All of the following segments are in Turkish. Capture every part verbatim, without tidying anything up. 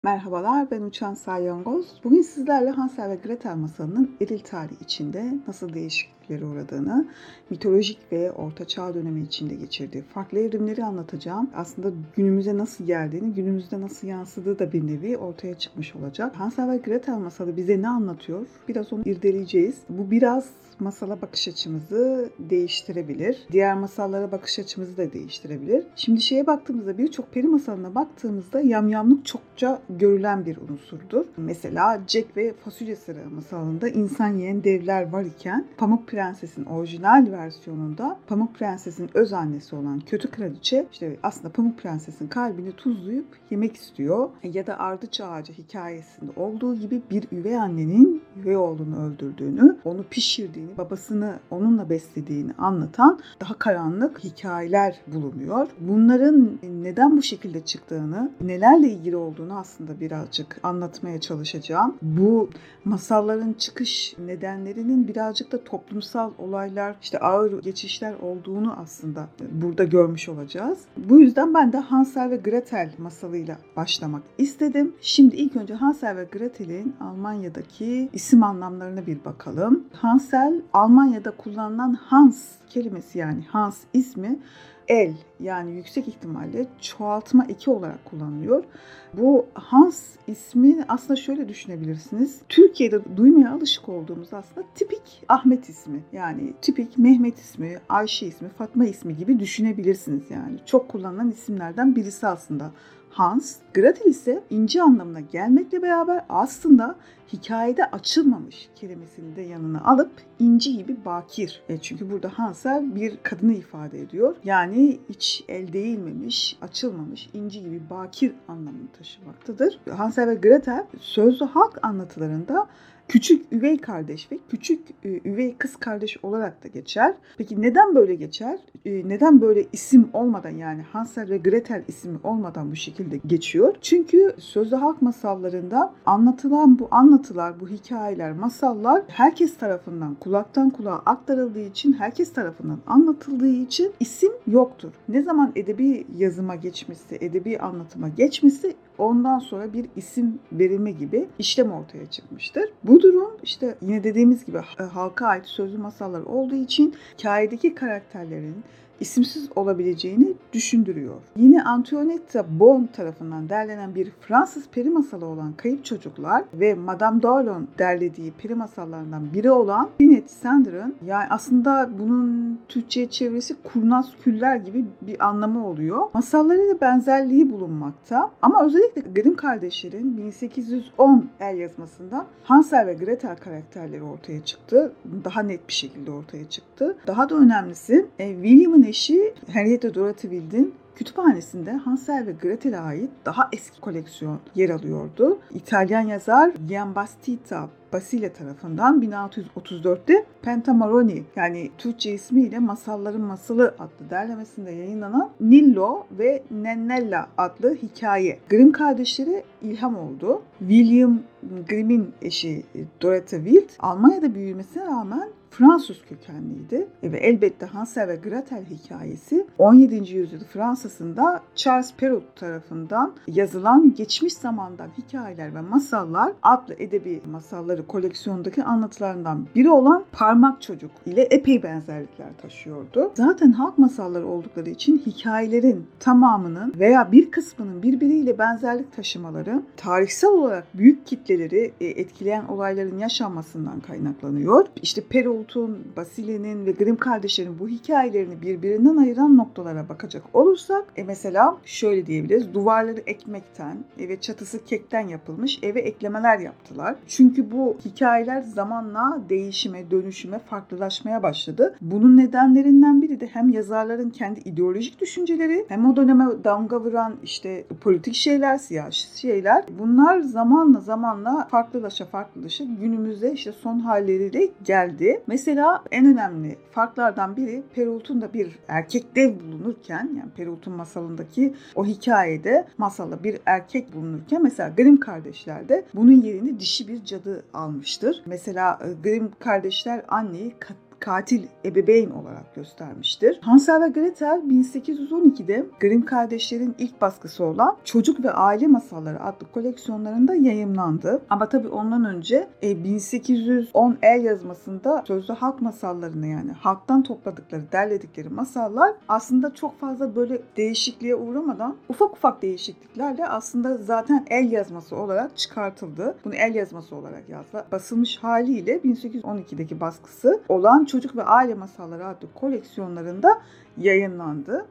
Merhabalar, ben Uçan Salyangoz. Bugün sizlerle Hansel ve Gretel masalının eril tarihi içinde nasıl değişikliklere uğradığını, mitolojik ve Orta Çağ dönemi içinde geçirdiği farklı evrimleri anlatacağım. Aslında günümüze nasıl geldiğini, günümüzde nasıl yansıdığı da bir nevi ortaya çıkmış olacak. Hansel ve Gretel masalı bize ne anlatıyor? Biraz onu irdeleyeceğiz. Bu biraz masala bakış açımızı değiştirebilir. Diğer masallara bakış açımızı da değiştirebilir. Şimdi şeye baktığımızda, birçok peri masalına baktığımızda yamyamlık çokça görülen bir unsurdur. Mesela Jack ve Fasulye Sırığı masalında insan yiyen devler var iken Pamuk Prenses'in orijinal versiyonunda Pamuk Prenses'in öz annesi olan kötü kraliçe işte aslında Pamuk Prenses'in kalbini tuzlayıp yemek istiyor. Ya da Ardıç Ağacı hikayesinde olduğu gibi bir üvey annenin üvey oğlunu öldürdüğünü, onu pişirdiğini, babasını onunla beslediğini anlatan daha karanlık hikayeler bulunuyor. Bunların neden bu şekilde çıktığını, nelerle ilgili olduğunu aslında birazcık anlatmaya çalışacağım. Bu masalların çıkış nedenlerinin birazcık da toplumsal olaylar, işte ağır geçişler olduğunu aslında burada görmüş olacağız. Bu yüzden ben de Hansel ve Gretel masalıyla başlamak istedim. Şimdi ilk önce Hansel ve Gretel'in Almanya'daki isim anlamlarına bir bakalım. Hansel, Almanya'da kullanılan Hans kelimesi, yani Hans ismi el, yani yüksek ihtimalle çoğaltma eki olarak kullanılıyor. Bu Hans ismi aslında şöyle düşünebilirsiniz. Türkiye'de duymaya alışık olduğumuz aslında tipik Ahmet ismi. Yani tipik Mehmet ismi, Ayşe ismi, Fatma ismi gibi düşünebilirsiniz yani. Çok kullanılan isimlerden birisi aslında Hans. Gretel ise inci anlamına gelmekle beraber aslında hikayede açılmamış kelimesini de yanına alıp inci gibi bakir. E çünkü burada Hansel bir kadını ifade ediyor. Yani hiç el değilmemiş, açılmamış, inci gibi bakir anlamını taşımaktadır. Hansel ve Gretel sözlü halk anlatılarında küçük üvey kardeş ve küçük üvey kız kardeş olarak da geçer. Peki neden böyle geçer? Neden böyle isim olmadan, yani Hansel ve Gretel ismi olmadan bu şekilde geçiyor? Çünkü sözlü halk masallarında anlatılan bu anlatılar, bu hikayeler, masallar herkes tarafından kulaktan kulağa aktarıldığı için, herkes tarafından anlatıldığı için isim yoktur. Ne zaman edebi yazıma geçmişse, edebi anlatıma geçmişse ondan sonra bir isim verilme gibi işlem ortaya çıkmıştır. Bu durum işte yine dediğimiz gibi halka ait sözlü masallar olduğu için hikayedeki karakterlerin isimsiz olabileceğini düşündürüyor. Yine Antoinette Bon tarafından derlenen bir Fransız peri masalı olan Kayıp Çocuklar ve Madame Doyle'un derlediği peri masallarından biri olan Binet Sander'ın, yani aslında bunun Türkçe'ye çevirisi kurnaz küller gibi bir anlamı oluyor. Masallarıyla benzerliği bulunmakta ama özellikle Grimm kardeşlerin bin sekiz yüz on el yazmasında Hansel ve Gretel karakterleri ortaya çıktı. Daha net bir şekilde ortaya çıktı. Daha da önemlisi William'ın eşi Henrietta Dorothy Wild'in kütüphanesinde Hansel ve Gretel'e ait daha eski koleksiyon yer alıyordu. İtalyan yazar Giambattista Basile tarafından bin altı yüz otuz dörtte Pentamaroni, yani Türkçe ismiyle Masalların Masalı adlı derlemesinde yayınlanan Nillo ve Nennella adlı hikaye Grimm kardeşlere ilham oldu. William Grimm'in eşi Dorothy Wild Almanya'da büyümesine rağmen Fransız kökenliydi ve elbette Hansel ve Gretel hikayesi on yedinci yüzyıl Fransa'sında Charles Perrault tarafından yazılan Geçmiş Zamandan Hikayeler ve Masallar adlı edebi masalları koleksiyondaki anlatılarından biri olan Parmak Çocuk ile epey benzerlikler taşıyordu. Zaten halk masalları oldukları için hikayelerin tamamının veya bir kısmının birbiriyle benzerlik taşımaları tarihsel olarak büyük kitleleri etkileyen olayların yaşanmasından kaynaklanıyor. İşte Perrault Basile'nin ve Grimm kardeşlerin bu hikayelerini birbirinden ayıran noktalara bakacak olursak e mesela şöyle diyebiliriz. Duvarları ekmekten ve çatısı kekten yapılmış eve eklemeler yaptılar. Çünkü bu hikayeler zamanla değişime, dönüşüme, farklılaşmaya başladı. Bunun nedenlerinden biri de hem yazarların kendi ideolojik düşünceleri hem o döneme damga vuran işte politik şeyler, siyasi şeyler. Bunlar zamanla zamanla farklılaşa farklılaşa günümüzde işte son halleriyle geldi. Mesela en önemli farklardan biri Perrault'un da bir erkek dev bulunurken, yani Perrault'un masalındaki o hikayede masalda bir erkek bulunurken mesela Grimm kardeşlerde bunun yerini dişi bir cadı almıştır. Mesela Grimm kardeşler anneyi kat katil ebeveyn olarak göstermiştir. Hansel ve Gretel bin sekiz yüz on ikide Grimm kardeşlerin ilk baskısı olan Çocuk ve Aile Masalları adlı koleksiyonlarında yayımlandı. Ama tabii ondan önce bin sekiz yüz on el yazmasında sözlü halk masallarını, yani halktan topladıkları, derledikleri masallar aslında çok fazla böyle değişikliğe uğramadan ufak ufak değişikliklerle aslında zaten el yazması olarak çıkartıldı. Bunu el yazması olarak yazdı. Basılmış haliyle bin sekiz yüz on ikideki baskısı olan Çocuk ve Aile Masalları adlı koleksiyonlarında yayınlandı.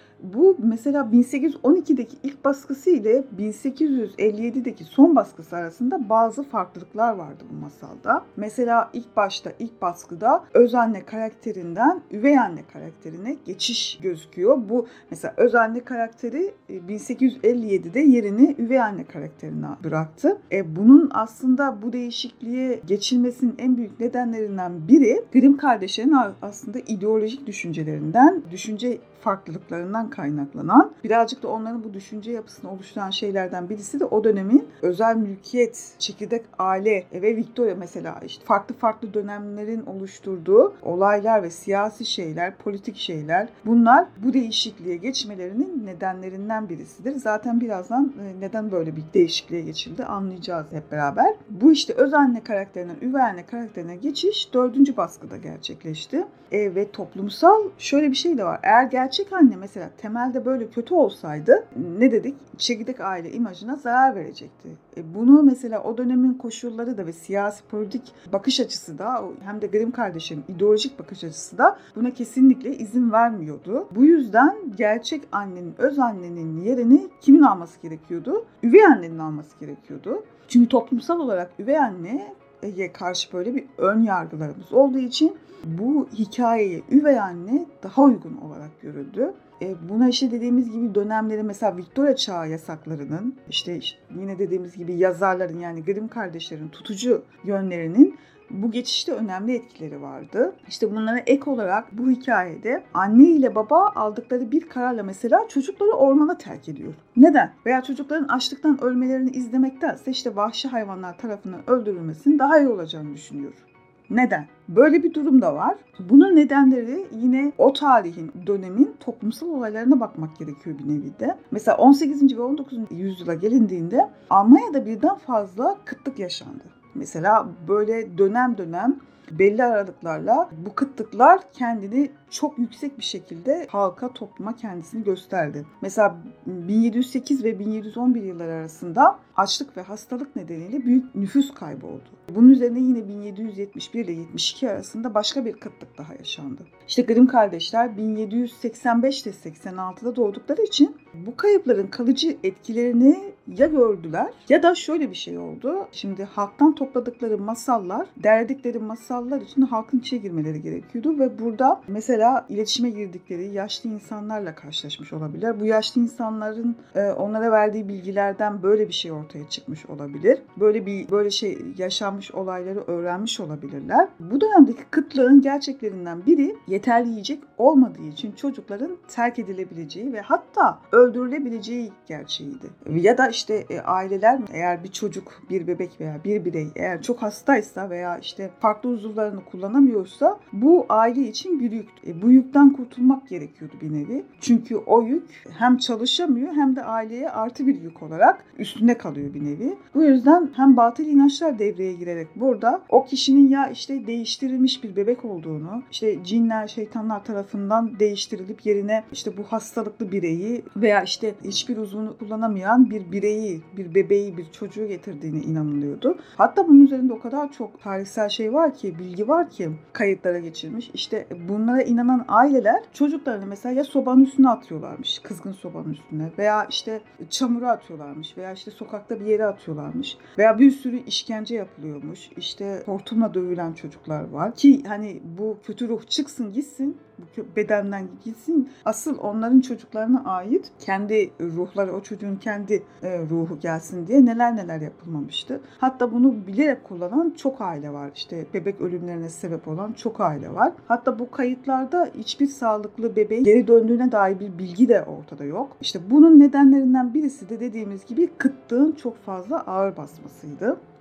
Bu mesela bin sekiz yüz on ikideki ilk baskısı ile bin sekiz yüz elli yedideki son baskısı arasında bazı farklılıklar vardı bu masalda. Mesela ilk başta, ilk baskıda öz anne karakterinden üvey anne karakterine geçiş gözüküyor. Bu mesela öz anne karakteri bin sekiz yüz elli yedide yerini üvey anne karakterine bıraktı. E bunun aslında bu değişikliğe geçilmesinin en büyük nedenlerinden biri Grimm kardeşlerin aslında ideolojik düşüncelerinden, düşünce farklılıklarından kaynaklanan, birazcık da onların bu düşünce yapısını oluşturan şeylerden birisi de o dönemin özel mülkiyet, çekirdek aile ve Victoria mesela işte farklı farklı dönemlerin oluşturduğu olaylar ve siyasi şeyler, politik şeyler, bunlar bu değişikliğe geçmelerinin nedenlerinden birisidir. Zaten birazdan neden böyle bir değişikliğe geçildi anlayacağız hep beraber. Bu işte öz anne karakterinden üvey anne karakterine geçiş dördüncü baskıda gerçekleşti. E, ve toplumsal şöyle bir şey de var. Eğer gerçek anne mesela temelde böyle kötü olsaydı ne dedik? Çekirdek aile imajına zarar verecekti. E, bunu mesela o dönemin koşulları da ve siyasi politik bakış açısı da hem de Grimm kardeşlerin ideolojik bakış açısı da buna kesinlikle izin vermiyordu. Bu yüzden gerçek annenin, öz annenin yerini kimin alması gerekiyordu? Üvey annenin alması gerekiyordu. Çünkü toplumsal olarak üvey anneye karşı böyle bir ön yargılarımız olduğu için bu hikayeye üvey anne daha uygun olarak görüldü. E, buna işte dediğimiz gibi dönemleri mesela Victoria çağı yasaklarının, işte, işte yine dediğimiz gibi yazarların yani Grimm kardeşlerin tutucu yönlerinin bu geçişte önemli etkileri vardı. İşte bunlara ek olarak bu hikayede anne ile baba aldıkları bir kararla mesela çocukları ormana terk ediyor. Neden? Veya çocukların açlıktan ölmelerini izlemektense işte vahşi hayvanlar tarafından öldürülmesinin daha iyi olacağını düşünüyor. Neden? Böyle bir durum da var. Bunun nedenleri yine o tarihin, dönemin toplumsal olaylarına bakmak gerekiyor bir nevi de. Mesela on sekizinci ve on dokuzuncu yüzyıla gelindiğinde Almanya'da birden fazla kıtlık yaşandı. Mesela böyle dönem dönem belli aralıklarla bu kıtlıklar kendini çok yüksek bir şekilde halka, topluma kendisini gösterdi. Mesela bin yedi yüz sekiz ve bin yedi yüz on bir yılları arasında açlık ve hastalık nedeniyle büyük nüfus kaybı oldu. Bunun üzerine yine bin yedi yüz yetmiş bir ile yetmiş iki arasında başka bir kıtlık daha yaşandı. İşte Grimm kardeşler bin yedi yüz seksen beş ile seksen altıda doğdukları için bu kayıpların kalıcı etkilerini ya gördüler ya da şöyle bir şey oldu. Şimdi halktan topladıkları masallar, derdikleri masallar için halkın içine girmeleri gerekiyordu ve burada mesela iletişime girdikleri yaşlı insanlarla karşılaşmış olabilirler. Bu yaşlı insanların e, onlara verdiği bilgilerden böyle bir şey ortaya çıkmış olabilir. Böyle bir böyle şey yaşanmış olayları öğrenmiş olabilirler. Bu dönemdeki kıtlığın gerçeklerinden biri yeterli yiyecek olmadığı için çocukların terk edilebileceği ve hatta öldürülebileceği gerçeğiydi. Ya da işte e, aileler eğer bir çocuk, bir bebek veya bir birey eğer çok hastaysa veya işte farklı uzuvlarını kullanamıyorsa bu aile için bir yük. E, bu yükten kurtulmak gerekiyordu bir nevi. Çünkü o yük hem çalışamıyor hem de aileye artı bir yük olarak üstünde kalıyor bir nevi. Bu yüzden hem batıl inançlar devreye girerek burada o kişinin ya işte değiştirilmiş bir bebek olduğunu, işte cinler, şeytanlar tarafından değiştirilip yerine işte bu hastalıklı bireyi veya işte hiçbir uzvunu kullanamayan bir bireyi, bir bebeği, bir çocuğu getirdiğine inanılıyordu. Hatta bunun üzerinde o kadar çok tarihsel şey var ki, bilgi var ki kayıtlara geçilmiş. İşte bunlara inanan aileler çocuklarını mesela ya sobanın üstüne atıyorlarmış, kızgın sobanın üstüne veya işte çamura atıyorlarmış veya işte sokakta bir yere atıyorlarmış veya bir sürü işkence yapılıyormuş. İşte hortumla dövülen çocuklar var ki hani bu kötü ruh çıksın gitsin, bu bedenden gitsin. Asıl onların çocuklarına ait kendi ruhları, o çocuğun kendi e, ruhu gelsin diye neler neler yapılmamıştı. Hatta bunu bilerek kullanan çok aile var. İşte bebek ölümlerine sebep olan çok aile var. Hatta bu kayıtlarda hiçbir sağlıklı bebeğin geri döndüğüne dair bir bilgi de ortada yok. İşte bunun nedenlerinden birisi de dediğimiz gibi kıtlığın çok fazla ağır basmasıydı.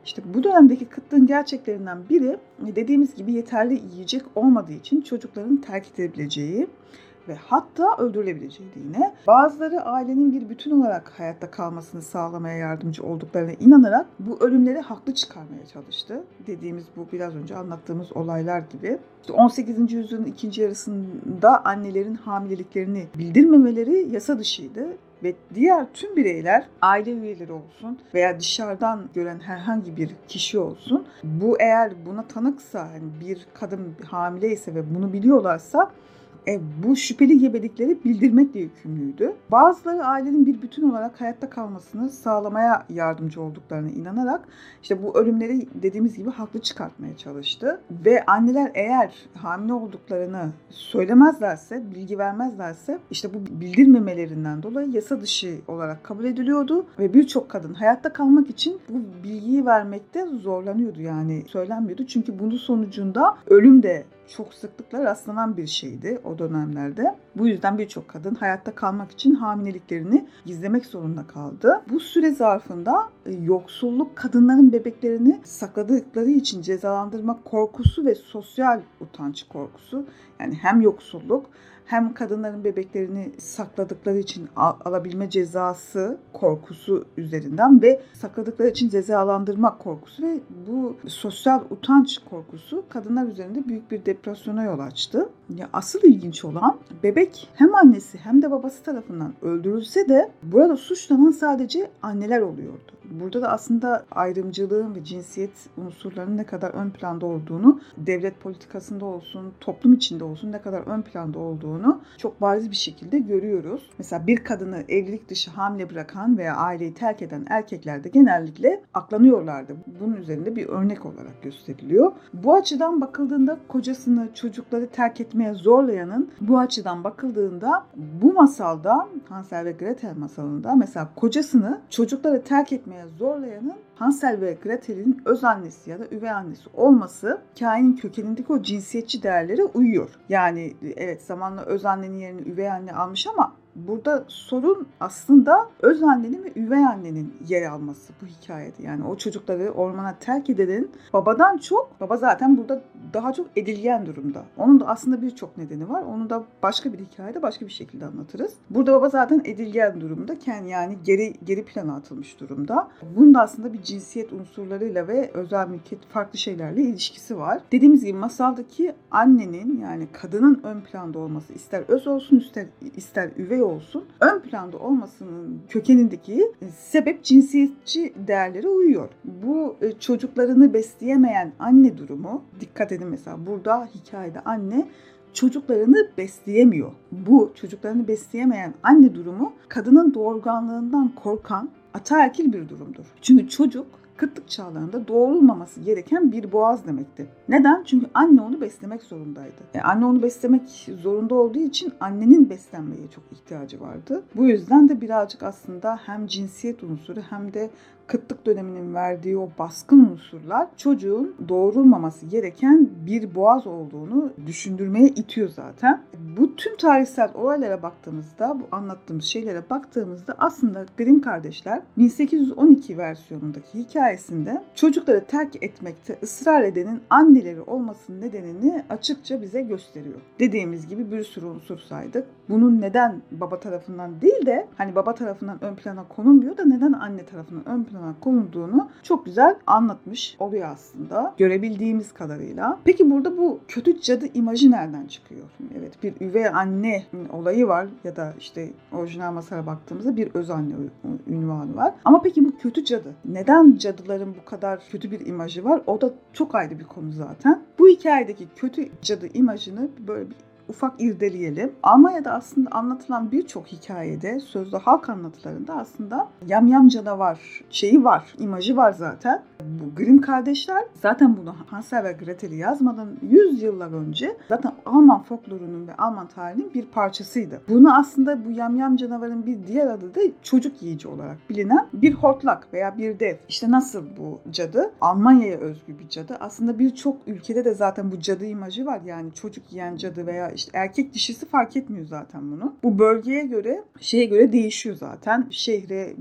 İşte bu dönemdeki kıtlığın gerçeklerinden biri dediğimiz gibi yeterli yiyecek olmadığı için çocukların terk edilebileceği ve hatta öldürülebileceği yine. Bazıları ailenin bir bütün olarak hayatta kalmasını sağlamaya yardımcı olduklarına inanarak bu ölümleri haklı çıkarmaya çalıştı. Dediğimiz bu biraz önce anlattığımız olaylar gibi. İşte on sekizinci yüzyılın ikinci yarısında annelerin hamileliklerini bildirmemeleri yasa dışıydı. Ve diğer tüm bireyler, aile üyeleri olsun veya dışarıdan gören herhangi bir kişi olsun, bu eğer buna tanıksa, yani bir kadın hamileyse ve bunu biliyorlarsa E, bu şüpheli gebelikleri bildirmekle yükümlüydü. Bazıları ailenin bir bütün olarak hayatta kalmasını sağlamaya yardımcı olduklarına inanarak işte bu ölümleri dediğimiz gibi haklı çıkartmaya çalıştı. Ve anneler eğer hamile olduklarını söylemezlerse, bilgi vermezlerse işte bu bildirmemelerinden dolayı yasa dışı olarak kabul ediliyordu. Ve birçok kadın hayatta kalmak için bu bilgiyi vermekte zorlanıyordu, yani söylenmiyordu. Çünkü bunun sonucunda ölüm de çok sıklıkla rastlanan bir şeydi o dönemlerde. Bu yüzden birçok kadın hayatta kalmak için hamileliklerini gizlemek zorunda kaldı. Bu süre zarfında yoksulluk kadınların bebeklerini sakladıkları için cezalandırma korkusu ve sosyal utanç korkusu, yani hem yoksulluk hem kadınların bebeklerini sakladıkları için al- alabilme cezası korkusu üzerinden ve sakladıkları için cezalandırma korkusu ve bu sosyal utanç korkusu kadınlar üzerinde büyük bir depresyona yol açtı. Ya asıl ilginç olan, bebek hem annesi hem de babası tarafından öldürülse de burada suçlanan sadece anneler oluyordu. Burada da aslında ayrımcılığın ve cinsiyet unsurlarının ne kadar ön planda olduğunu, devlet politikasında olsun, toplum içinde olsun ne kadar ön planda olduğunu çok bariz bir şekilde görüyoruz. Mesela bir kadını evlilik dışı hamile bırakan veya aileyi terk eden erkekler de genellikle aklanıyorlardı. Bunun üzerinde bir örnek olarak gösteriliyor. Bu açıdan bakıldığında kocasını, çocukları terk etmeye zorlayanın, bu açıdan bakıldığında bu masalda, Hansel ve Gretel masalında mesela kocasını, çocukları terk etmeye zorlayanın Hansel ve Gretel'in öz annesi ya da üvey annesi olması hikayenin kökenindeki o cinsiyetçi değerlere uyuyor. Yani evet, zamanla öz annenin yerini üvey anne almış ama burada sorun aslında öz annenin ve üvey annenin yer alması bu hikayede. Yani o çocukları ormana terk edenin babadan çok, baba zaten burada daha çok edilgen durumda. Onun da aslında birçok nedeni var. Onu da başka bir hikayede başka bir şekilde anlatırız. Burada baba zaten edilgen durumda. Yani geri geri plana atılmış durumda. Bunun da aslında bir cinsiyet unsurlarıyla ve özel mülkiyet farklı şeylerle ilişkisi var. Dediğimiz gibi masaldaki annenin, yani kadının ön planda olması, ister öz olsun ister, ister üvey olsun, ön planda olmasının kökenindeki sebep cinsiyetçi değerlere uyuyor. Bu çocuklarını besleyemeyen anne durumu, dikkat edin mesela burada hikayede anne çocuklarını besleyemiyor. Bu çocuklarını besleyemeyen anne durumu kadının doğurganlığından korkan ataerkil bir durumdur. Çünkü çocuk kıtlık çağlarında doğurulmaması gereken bir boğaz demekti. Neden? Çünkü anne onu beslemek zorundaydı. Yani anne onu beslemek zorunda olduğu için annenin beslenmeye çok ihtiyacı vardı. Bu yüzden de birazcık aslında hem cinsiyet unsuru hem de kıtlık döneminin verdiği o baskın unsurlar çocuğun doğurulmaması gereken bir boğaz olduğunu düşündürmeye itiyor zaten. Bu tüm tarihsel olaylara baktığımızda, bu anlattığımız şeylere baktığımızda aslında Grimm kardeşler bin sekiz yüz on iki versiyonundaki hikayesinde çocukları terk etmekte ısrar edenin anneleri olmasının nedenini açıkça bize gösteriyor. Dediğimiz gibi bir sürü unsur saydık. Bunun neden baba tarafından değil de hani baba tarafından ön plana konulmuyor da neden anne tarafından ön plana konulduğunu çok güzel anlatmış oluyor aslında görebildiğimiz kadarıyla. Peki burada bu kötü cadı imajı nereden çıkıyor? Evet, bir üvey anne olayı var ya da işte orijinal masala baktığımızda bir öz anne ünvanı var. Ama peki bu kötü cadı, neden cadıların bu kadar kötü bir imajı var? O da çok ayrı bir konu zaten. Bu hikayedeki kötü cadı imajını böyle bir ufak irdeleyelim. Almanya'da aslında anlatılan birçok hikayede, sözlü halk anlatılarında aslında yamyam canavar şeyi var, imajı var zaten. Bu Grimm kardeşler zaten bunu Hansel ve Gretel'i yazmadan yüz yıllar önce zaten Alman folklorunun ve Alman tarihinin bir parçasıydı. Bunu aslında bu yamyam canavarın bir diğer adı da çocuk yiyici olarak bilinen bir hortlak veya bir dev. İşte nasıl bu cadı? Almanya'ya özgü bir cadı. Aslında birçok ülkede de zaten bu cadı imajı var. Yani çocuk yiyen cadı veya işte erkek dişisi fark etmiyor zaten bunu. Bu bölgeye göre, şeye göre değişiyor zaten. Şehre bir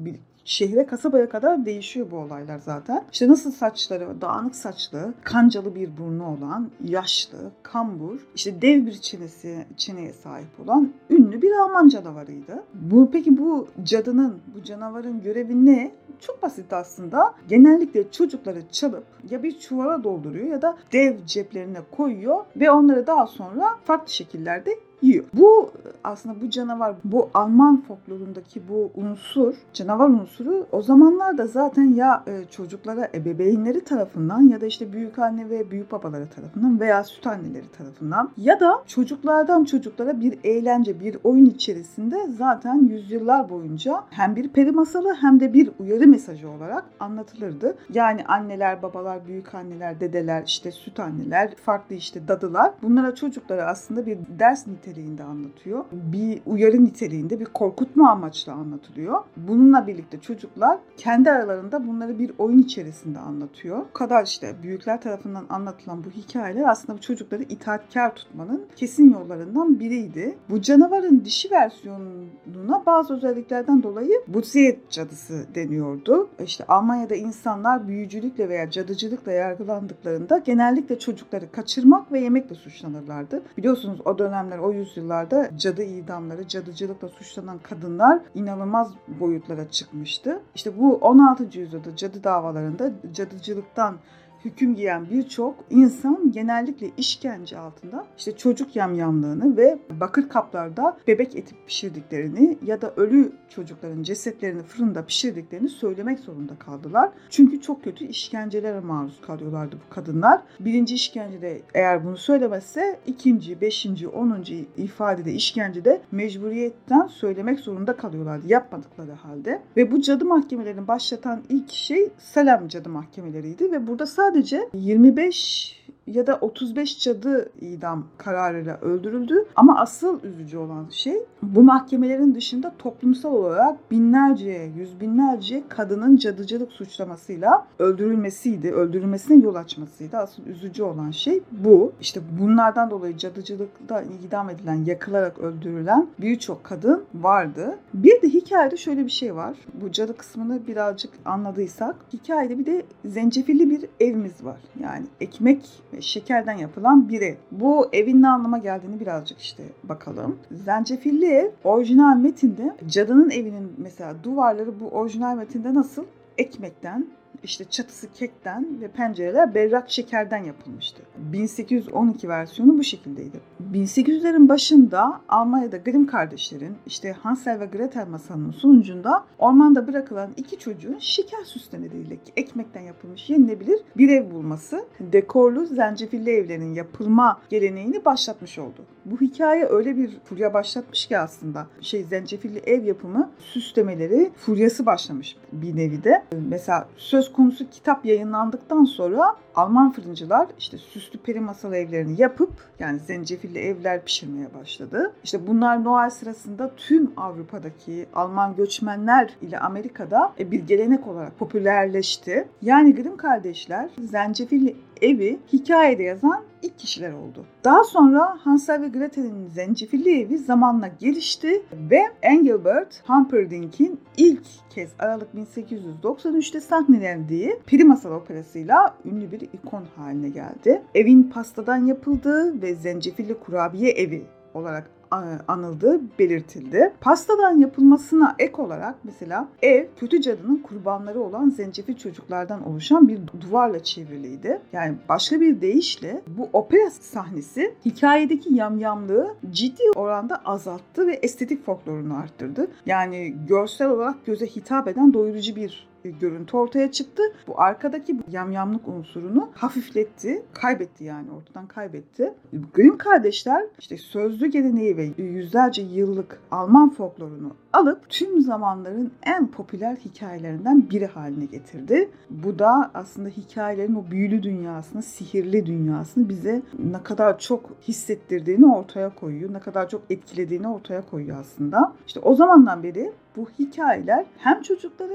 şehre, kasabaya kadar değişiyor bu olaylar zaten. İşte nasıl saçları, dağınık saçlı, kancalı bir burnu olan, yaşlı, kambur, işte dev bir çenesi, çeneye sahip olan ünlü bir Alman canavarıydı. Bu, peki bu cadının, bu canavarın görevi ne? Çok basit aslında. Genellikle çocukları çalıp ya bir çuvala dolduruyor ya da dev ceplerine koyuyor ve onları daha sonra farklı şekillerde yiyor. Bu aslında bu canavar, bu Alman folklorundaki bu unsur, canavar unsuru o zamanlarda zaten ya çocuklara ebeveynleri tarafından ya da işte büyük anne ve büyük babaları tarafından veya süt anneleri tarafından ya da çocuklardan çocuklara bir eğlence, bir oyun içerisinde zaten yüzyıllar boyunca hem bir peri masalı hem de bir uyarı mesajı olarak anlatılırdı. Yani anneler, babalar, büyük anneler, dedeler, işte süt anneler, farklı işte dadılar bunlara çocuklara aslında bir ders niteliğinde anlatıyor. Bir uyarı niteliğinde, bir korkutma amaçlı anlatılıyor. Bununla birlikte çocuklar kendi aralarında bunları bir oyun içerisinde anlatıyor. Bu kadar işte büyükler tarafından anlatılan bu hikayeler aslında bu çocukları itaatkar tutmanın kesin yollarından biriydi. Bu canavarın dişi versiyonuna bazı özelliklerden dolayı Buziye cadısı deniyordu. İşte Almanya'da insanlar büyücülükle veya cadıcılıkla yargılandıklarında genellikle çocukları kaçırmak ve yemekle suçlanırlardı. Biliyorsunuz o dönemler, o yüzyıllarda cadı idamları, cadıcılıkla suçlanan kadınlar inanılmaz boyutlara çıkmıştı. İşte bu on altıncı yüzyılda cadı davalarında cadıcılıktan hüküm giyen birçok insan genellikle işkence altında işte çocuk yamyamlığını ve bakır kaplarda bebek eti pişirdiklerini ya da ölü çocukların cesetlerini fırında pişirdiklerini söylemek zorunda kaldılar. Çünkü çok kötü işkencelere maruz kalıyorlardı bu kadınlar. Birinci işkencede eğer bunu söylemezse ikinci, beşinci, onuncu ifadede işkencede mecburiyetten söylemek zorunda kalıyorlardı yapmadıkları halde. Ve bu cadı mahkemelerini başlatan ilk şey Salem cadı mahkemeleriydi ve burada sadece Sadece yirmi beş ya da otuz beş cadı idam kararıyla öldürüldü. Ama asıl üzücü olan şey bu mahkemelerin dışında toplumsal olarak binlerce, yüz binlerce kadının cadıcılık suçlamasıyla öldürülmesiydi. Öldürülmesine yol açmasıydı. Asıl üzücü olan şey bu. İşte bunlardan dolayı cadıcılıkta idam edilen, yakılarak öldürülen birçok kadın vardı. Bir de hikayede şöyle bir şey var. Bu cadı kısmını birazcık anladıysak, hikayede bir de zencefilli bir evimiz var. Yani ekmek ve şekerden yapılan bir ev. Bu evin ne anlama geldiğini birazcık işte bakalım. Zencefilli ev orijinal metinde cadının evinin mesela duvarları bu orijinal metinde nasıl? Ekmekten, işte çatısı kekten ve pencereler berrak şekerden yapılmıştı. bin sekiz yüz on iki versiyonu bu şekildeydi. bin sekiz yüzlerin başında Almanya'da Grimm kardeşlerin işte Hansel ve Gretel masalının sonucunda ormanda bırakılan iki çocuğun şeker süslemeleriyle ekmekten yapılmış yenilebilir bir ev bulması dekorlu zencefilli evlerin yapılma geleneğini başlatmış oldu. Bu hikaye öyle bir furya başlatmış ki aslında şey zencefilli ev yapımı süslemeleri furyası başlamış bir nevi de. Mesela söz konusu kitap yayınlandıktan sonra Alman fırıncılar işte süslü peri masal evlerini yapıp yani zencefilli evler pişirmeye başladı. İşte bunlar Noel sırasında tüm Avrupa'daki Alman göçmenler ile Amerika'da bir gelenek olarak popülerleşti. Yani Grimm kardeşler zencefilli evi hikayede yazan ilk kişiler oldu. Daha sonra Hansel ve Gretel'in zencefilli evi zamanla gelişti ve Engelbert Humperdinck'in ilk kez Aralık bin sekiz yüz doksan üçte sahnelendiği Peri Masal operasıyla ünlü bir ikon haline geldi. Evin pastadan yapıldığı ve zencefilli kurabiye evi olarak anıldığı belirtildi. Pastadan yapılmasına ek olarak mesela ev kötü cadının kurbanları olan zencefil çocuklardan oluşan bir duvarla çevriliydi. Yani başka bir deyişle bu opera sahnesi hikayedeki yamyamlığı ciddi oranda azalttı ve estetik folklorunu arttırdı. Yani görsel olarak göze hitap eden doyurucu bir görüntü ortaya çıktı. Bu arkadaki bu yamyamlık unsurunu hafifletti. Kaybetti yani ortadan kaybetti. Grimm kardeşler işte sözlü geleneği ve yüzlerce yıllık Alman folklorunu alıp tüm zamanların en popüler hikayelerinden biri haline getirdi. Bu da aslında hikayelerin o büyülü dünyasını, sihirli dünyasını bize ne kadar çok hissettirdiğini ortaya koyuyor. Ne kadar çok etkilediğini ortaya koyuyor aslında. İşte o zamandan beri bu hikayeler hem çocukları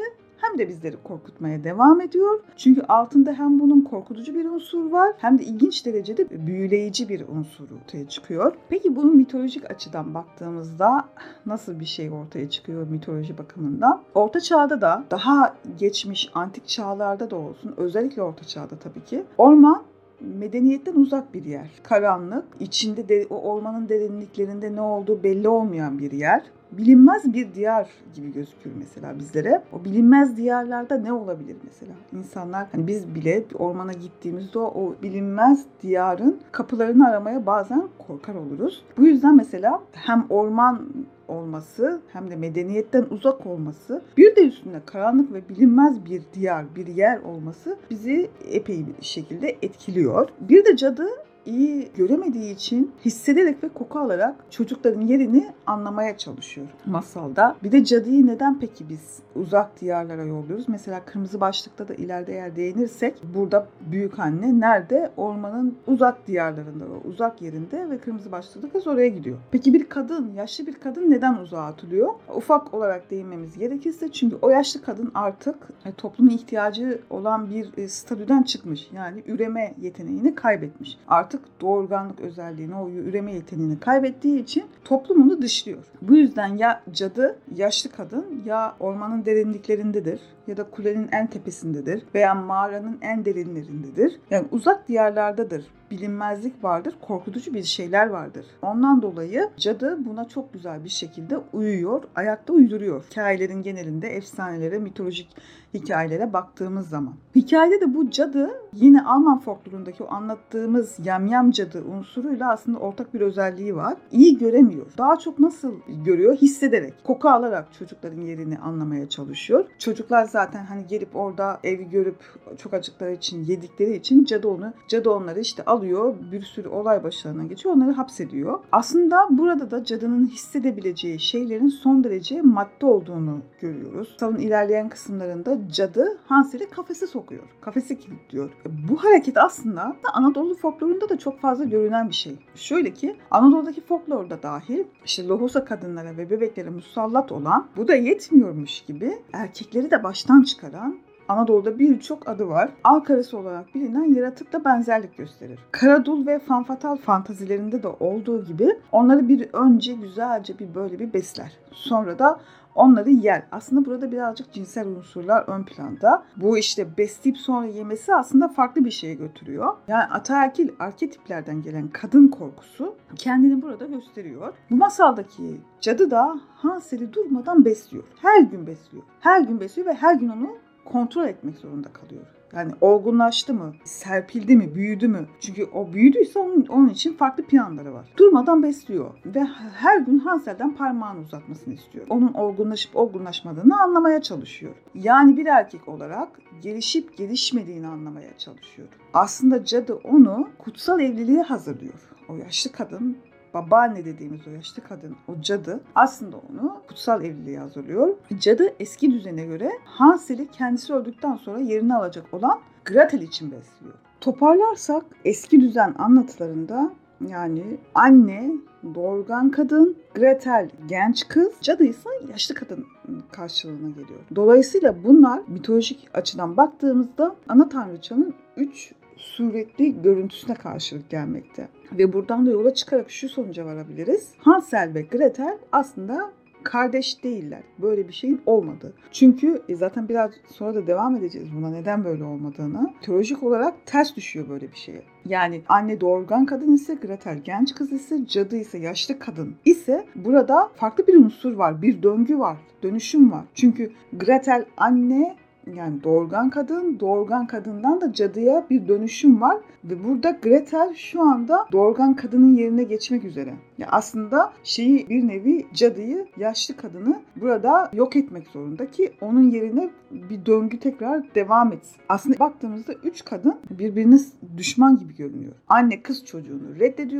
hem de bizleri korkutmaya devam ediyor. Çünkü altında hem bunun korkutucu bir unsur var hem de ilginç derecede büyüleyici bir unsur ortaya çıkıyor. Peki bunun mitolojik açıdan baktığımızda nasıl bir şey ortaya çıkıyor mitoloji bakımından? Orta Çağ'da da daha geçmiş antik çağlarda da olsun, özellikle Orta Çağ'da tabii ki orman medeniyetten uzak bir yer. Karanlık, içinde de, o ormanın derinliklerinde ne olduğu belli olmayan bir yer. Bilinmez bir diyar gibi gözükür mesela bizlere. O bilinmez diyarlarda ne olabilir mesela? İnsanlar, hani biz bile bir ormana gittiğimizde o, o bilinmez diyarın kapılarını aramaya bazen korkar oluruz. Bu yüzden mesela hem orman olması hem de medeniyetten uzak olması, bir de üstünde karanlık ve bilinmez bir diyar, bir yer olması bizi epey bir şekilde etkiliyor. Bir de cadı iyi göremediği için hissederek ve koku alarak çocukların yerini anlamaya çalışıyor masalda. Bir de cadıyı neden peki biz uzak diyarlara yolluyoruz? Mesela Kırmızı Başlık'ta da ileride eğer değinirsek, burada büyük anne nerede? Ormanın uzak diyarlarında, uzak yerinde ve Kırmızı Başlık'ta kız oraya gidiyor. Peki bir kadın, yaşlı bir kadın neden uzağa atılıyor? Ufak olarak değinmemiz gerekirse, çünkü o yaşlı kadın artık toplumun ihtiyacı olan bir statüden çıkmış. Yani üreme yeteneğini kaybetmiş. Artık doğurganlık özelliğini, o üreme yeteneğini kaybettiği için toplum onu dışlıyor. Bu yüzden ya cadı, yaşlı kadın ya ormanın derinliklerindedir ya da kulenin en tepesindedir veya mağaranın en derinlerindedir. Yani uzak diyarlardadır. Bilinmezlik vardır, korkutucu bir şeyler vardır. Ondan dolayı cadı buna çok güzel bir şekilde uyuyor, ayakta uyduruyor. Hikayelerin genelinde efsanelere, mitolojik hikayelere baktığımız zaman. Hikayede de bu cadı yine Alman folklorundaki o anlattığımız yamyam cadı unsuruyla aslında ortak bir özelliği var. İyi göremiyor. Daha çok nasıl görüyor? Hissederek, koku alarak çocukların yerini anlamaya çalışıyor. Çocuklar zaten hani gelip orada evi görüp çok acıkları için, yedikleri için cadı onu, cadı onları işte alıyor, bir sürü olay başlarına geçiyor, onları hapsediyor. Aslında burada da cadının hissedebileceği şeylerin son derece madde olduğunu görüyoruz. Masalın ilerleyen kısımlarında cadı Hansel'i kafese sokuyor, kafese kilitliyor. Bu hareket aslında Anadolu folklorunda da çok fazla görülen bir şey. Şöyle ki Anadolu'daki folklorda dahil işte lohusa kadınlara ve bebeklere musallat olan, bu da yetmiyormuş gibi erkekleri de baştan çıkaran Anadolu'da birçok adı var. Alkarası olarak bilinen yaratıkla benzerlik gösterir. Karadul ve fanfatal fantazilerinde de olduğu gibi onları bir önce güzelce bir böyle bir besler. Sonra da onları yer. Aslında burada birazcık cinsel unsurlar ön planda. Bu işte besleyip sonra yemesi aslında farklı bir şeye götürüyor. Yani ataerkil arketiplerden gelen kadın korkusu kendini burada gösteriyor. Bu masaldaki cadı da Hansel'i durmadan besliyor. Her gün besliyor. Her gün besliyor ve her gün onu kontrol etmek zorunda kalıyor. Yani olgunlaştı mı, serpildi mi, büyüdü mü? Çünkü o büyüdüyse onun, onun için farklı planları var. Durmadan besliyor ve her gün Hansel'den parmağını uzatmasını istiyor. Onun olgunlaşıp olgunlaşmadığını anlamaya çalışıyor. Yani bir erkek olarak gelişip gelişmediğini anlamaya çalışıyor. Aslında cadı onu kutsal evliliğe hazırlıyor. O yaşlı kadın, babaanne dediğimiz o yaşlı kadın, o cadı aslında onu kutsal evliliğe hazırlıyor. Cadı eski düzene göre Hansel'i kendisi öldükten sonra yerini alacak olan Gretel için besliyor. Toparlarsak eski düzen anlatılarında yani anne doğurgan kadın, Gretel genç kız, cadı ise yaşlı kadın karşılığına geliyor. Dolayısıyla bunlar mitolojik açıdan baktığımızda ana tanrıçanın üç suretli görüntüsüne karşılık gelmekte. Ve buradan da yola çıkarak şu sonuca varabiliriz. Hansel ve Gretel aslında kardeş değiller. Böyle bir şeyin olmadığı. Çünkü zaten biraz sonra da devam edeceğiz buna neden böyle olmadığını. Teolojik olarak ters düşüyor böyle bir şeye. Yani anne doğurgan kadın ise, Gretel genç kız ise, cadı ise yaşlı kadın ise burada farklı bir unsur var. Bir döngü var. Dönüşüm var. Çünkü Gretel anne, yani doğurgan kadın, doğurgan kadından da cadıya bir dönüşüm var ve burada Gretel şu anda doğurgan kadının yerine geçmek üzere. Ya aslında şeyi bir nevi cadıyı, yaşlı kadını burada yok etmek zorunda ki onun yerine bir döngü tekrar devam etsin. Aslında baktığımızda üç kadın birbirine düşman gibi görünüyor. Anne kız çocuğunu reddediyor,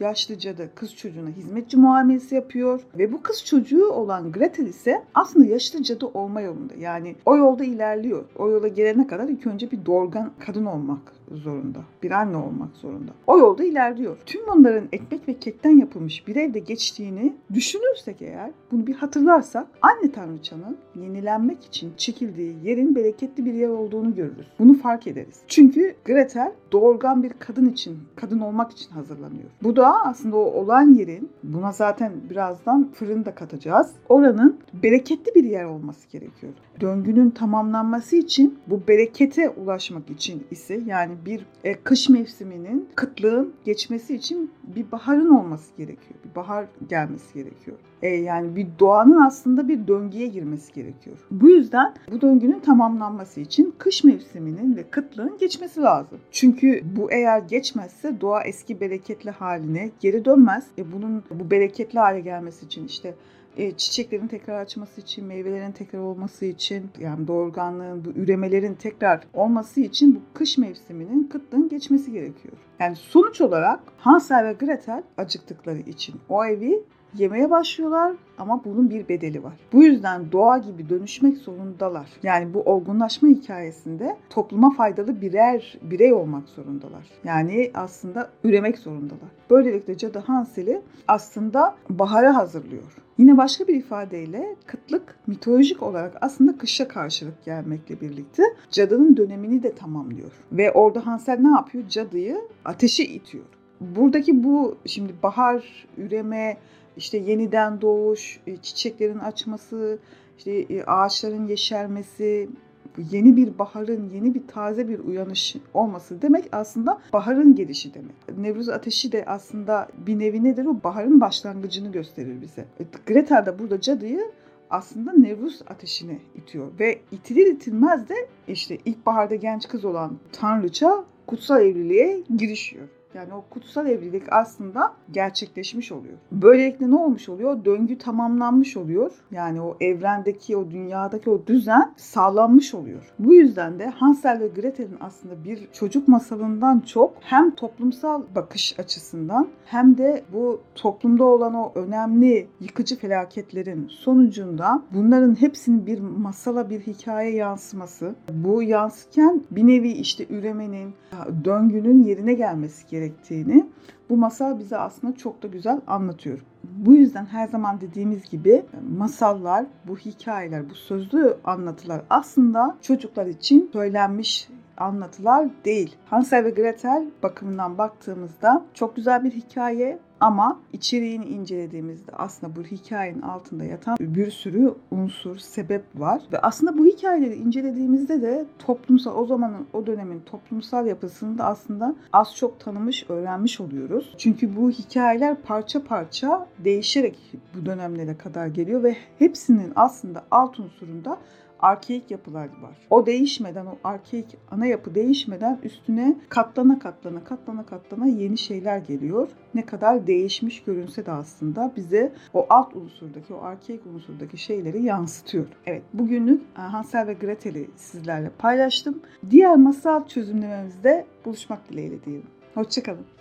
yaşlı cadı kız çocuğuna hizmetçi muamelesi yapıyor ve bu kız çocuğu olan Gretel ise aslında yaşlı cadı olma yolunda. Yani o yolda ilerliyor. O yola gelene kadar ilk önce bir dorgan kadın olmak zorunda. Bir anne olmak zorunda. O yolda ilerliyor. Tüm bunların ekmek ve kekten yapılmış bir evde geçtiğini düşünürsek eğer, bunu bir hatırlarsak anne tanrıçanın yenilenmek için çekildiği yerin bereketli bir yer olduğunu görürüz. Bunu fark ederiz. Çünkü Gretel doğurgan bir kadın için, kadın olmak için hazırlanıyor. Bu da aslında o olan yerin, buna zaten birazdan fırın da katacağız, oranın bereketli bir yer olması gerekiyor. Döngünün tamamlanması için, bu berekete ulaşmak için ise, yani bir e, kış mevsiminin, kıtlığın geçmesi için bir baharın olması gerekiyor. Bir bahar gelmesi gerekiyor. E, yani bir doğanın aslında bir döngüye girmesi gerekiyor. Bu yüzden bu döngünün tamamlanması için kış mevsiminin ve kıtlığın geçmesi lazım. Çünkü bu eğer geçmezse doğa eski bereketli haline geri dönmez. E, bunun bu bereketli hale gelmesi için işte E, çiçeklerin tekrar açması için, meyvelerin tekrar olması için, yani doğurganlığın, bu üremelerin tekrar olması için bu kış mevsiminin, kıtlığın geçmesi gerekiyor. Yani sonuç olarak Hansel ve Gretel acıktıkları için o evi yemeye başlıyorlar ama bunun bir bedeli var. Bu yüzden doğa gibi dönüşmek zorundalar. Yani bu olgunlaşma hikayesinde topluma faydalı birer birey olmak zorundalar. Yani aslında üremek zorundalar. Böylelikle cadı Hansel'i aslında bahara hazırlıyor. Yine başka bir ifadeyle kıtlık mitolojik olarak aslında kışa karşılık gelmekle birlikte cadının dönemini de tamamlıyor. Ve orada Hansel ne yapıyor? Cadıyı ateşe itiyor. Buradaki bu şimdi bahar, üreme, işte yeniden doğuş, çiçeklerin açması, işte ağaçların yeşermesi, yeni bir baharın, yeni bir taze bir uyanış olması demek aslında baharın gelişi demek. Nevruz ateşi de aslında bir nevi nedir? O baharın başlangıcını gösterir bize. Gretel de burada cadıyı aslında Nevruz ateşine itiyor ve itilir itilmez de işte ilkbaharda genç kız olan tanrıça kutsal evliliğe girişiyor. Yani o kutsal evlilik aslında gerçekleşmiş oluyor. Böylelikle ne olmuş oluyor? Döngü tamamlanmış oluyor. Yani o evrendeki, o dünyadaki o düzen sağlanmış oluyor. Bu yüzden de Hansel ve Gretel'in aslında bir çocuk masalından çok hem toplumsal bakış açısından hem de bu toplumda olan o önemli yıkıcı felaketlerin sonucunda bunların hepsinin bir masala, bir hikaye yansıması. Bu yansırken bir nevi işte üremenin, döngünün yerine gelmesi gerektiğini bu masal bize aslında çok da güzel anlatıyor. Bu yüzden her zaman dediğimiz gibi masallar, bu hikayeler, bu sözlü anlatılar aslında çocuklar için söylenmiş anlatılar değil. Hansel ve Gretel bakımından baktığımızda çok güzel bir hikaye ama içeriğini incelediğimizde aslında bu hikayenin altında yatan bir sürü unsur, sebep var. Ve aslında bu hikayeleri incelediğimizde de toplumsal, o zamanın, o dönemin toplumsal yapısını da aslında az çok tanımış, öğrenmiş oluyoruz. Çünkü bu hikayeler parça parça değişerek bu dönemlere kadar geliyor ve hepsinin aslında alt unsurunda arkeik yapılar var. O değişmeden, o arkeik ana yapı değişmeden üstüne katlana katlana katlana katlana yeni şeyler geliyor. Ne kadar değişmiş görünse de aslında bize o alt unsurdaki, o arkeik unsurdaki şeyleri yansıtıyor. Evet, bugünlük Hansel ve Gretel'i sizlerle paylaştım. Diğer masal çözümlememizde buluşmak dileğiyle diyelim. Hoşça kalın.